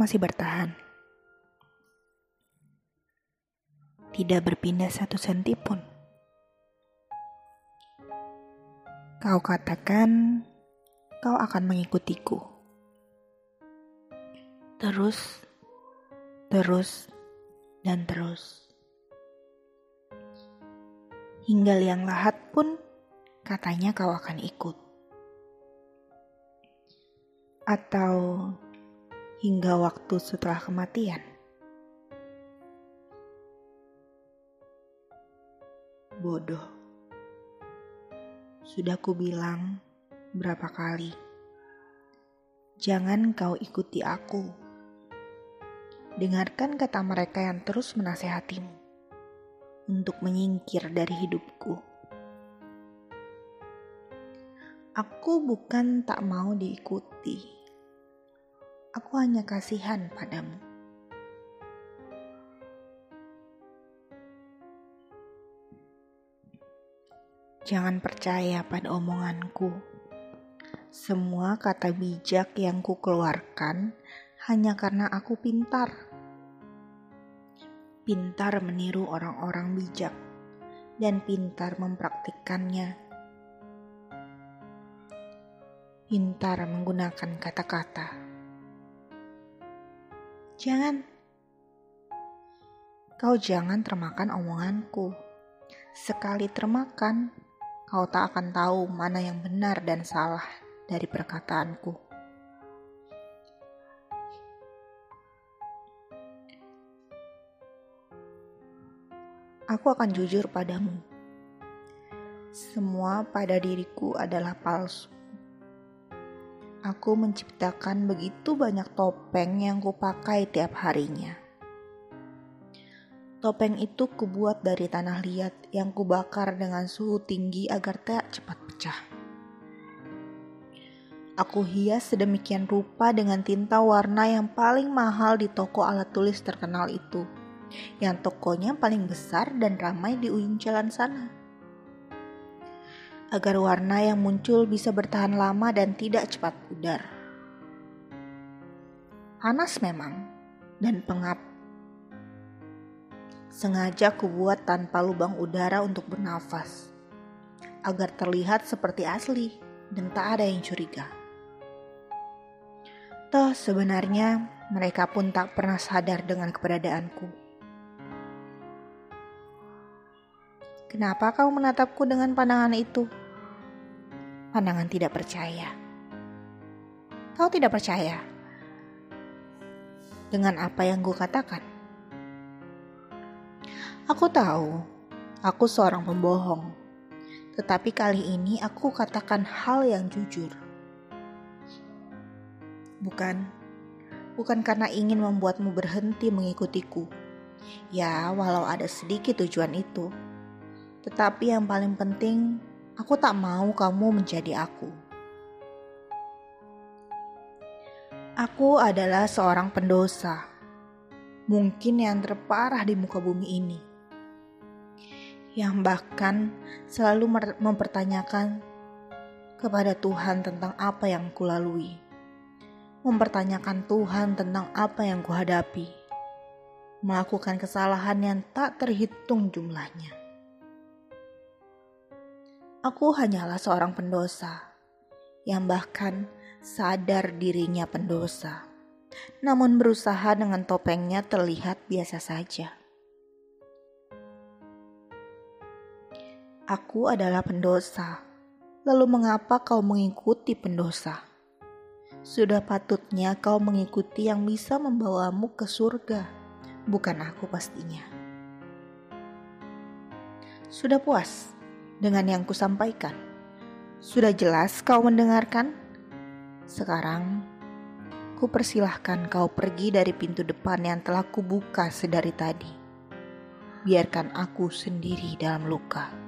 masih bertahan. Tidak berpindah 1 senti pun. Kau katakan kau akan mengikutiku. Terus, dan terus. Hingga liang lahat pun katanya kau akan ikut. Atau hingga waktu setelah kematian. Bodoh. Sudah kubilang berapa kali. Jangan kau ikuti aku. Dengarkan kata mereka yang terus menasehatimu untuk menyingkir dari hidupku. Aku bukan tak mau diikuti. Aku hanya kasihan padamu. Jangan percaya pada omonganku. Semua kata bijak yang kukeluarkan hanya karena aku pintar. Pintar meniru orang-orang bijak dan pintar mempraktikkannya. Pintar menggunakan kata-kata. Kau jangan termakan omonganku. Sekali termakan, kau tak akan tahu mana yang benar dan salah dari perkataanku. Aku akan jujur padamu. Semua pada diriku adalah palsu. Aku menciptakan begitu banyak topeng yang kupakai tiap harinya. Topeng itu kubuat dari tanah liat yang kubakar dengan suhu tinggi agar tak cepat pecah. Aku hias sedemikian rupa dengan tinta warna yang paling mahal di toko alat tulis terkenal itu, yang tokonya paling besar dan ramai di ujung jalan sana. Agar warna yang muncul bisa bertahan lama dan tidak cepat pudar. Panas memang dan pengap. Sengaja kubuat tanpa lubang udara untuk bernafas, agar terlihat seperti asli dan tak ada yang curiga. Toh sebenarnya mereka pun tak pernah sadar dengan keberadaanku. Kenapa kau menatapku dengan pandangan itu? Pandangan tidak percaya. Kau tidak percaya dengan apa yang gue katakan? Aku tahu, aku seorang pembohong. Tetapi kali ini aku katakan hal yang jujur. Bukan karena ingin membuatmu berhenti mengikutiku. Ya, walau ada sedikit tujuan itu. Tetapi yang paling penting, aku tak mau kamu menjadi aku. Aku adalah seorang pendosa. Mungkin yang terparah di muka bumi ini. Yang bahkan selalu mempertanyakan kepada Tuhan tentang apa yang kulalui. Mempertanyakan Tuhan tentang apa yang kuhadapi. Melakukan kesalahan yang tak terhitung jumlahnya. Aku hanyalah seorang pendosa, yang bahkan sadar dirinya pendosa, namun berusaha dengan topengnya terlihat biasa saja. Aku adalah pendosa, lalu mengapa kau mengikuti pendosa? Sudah patutnya kau mengikuti yang bisa membawamu ke surga, bukan aku pastinya. Sudah puas dengan yang kusampaikan? Sudah jelas kau mendengarkan? Sekarang, kupersilahkan kau pergi dari pintu depan yang telah kubuka sedari tadi. Biarkan aku sendiri dalam luka.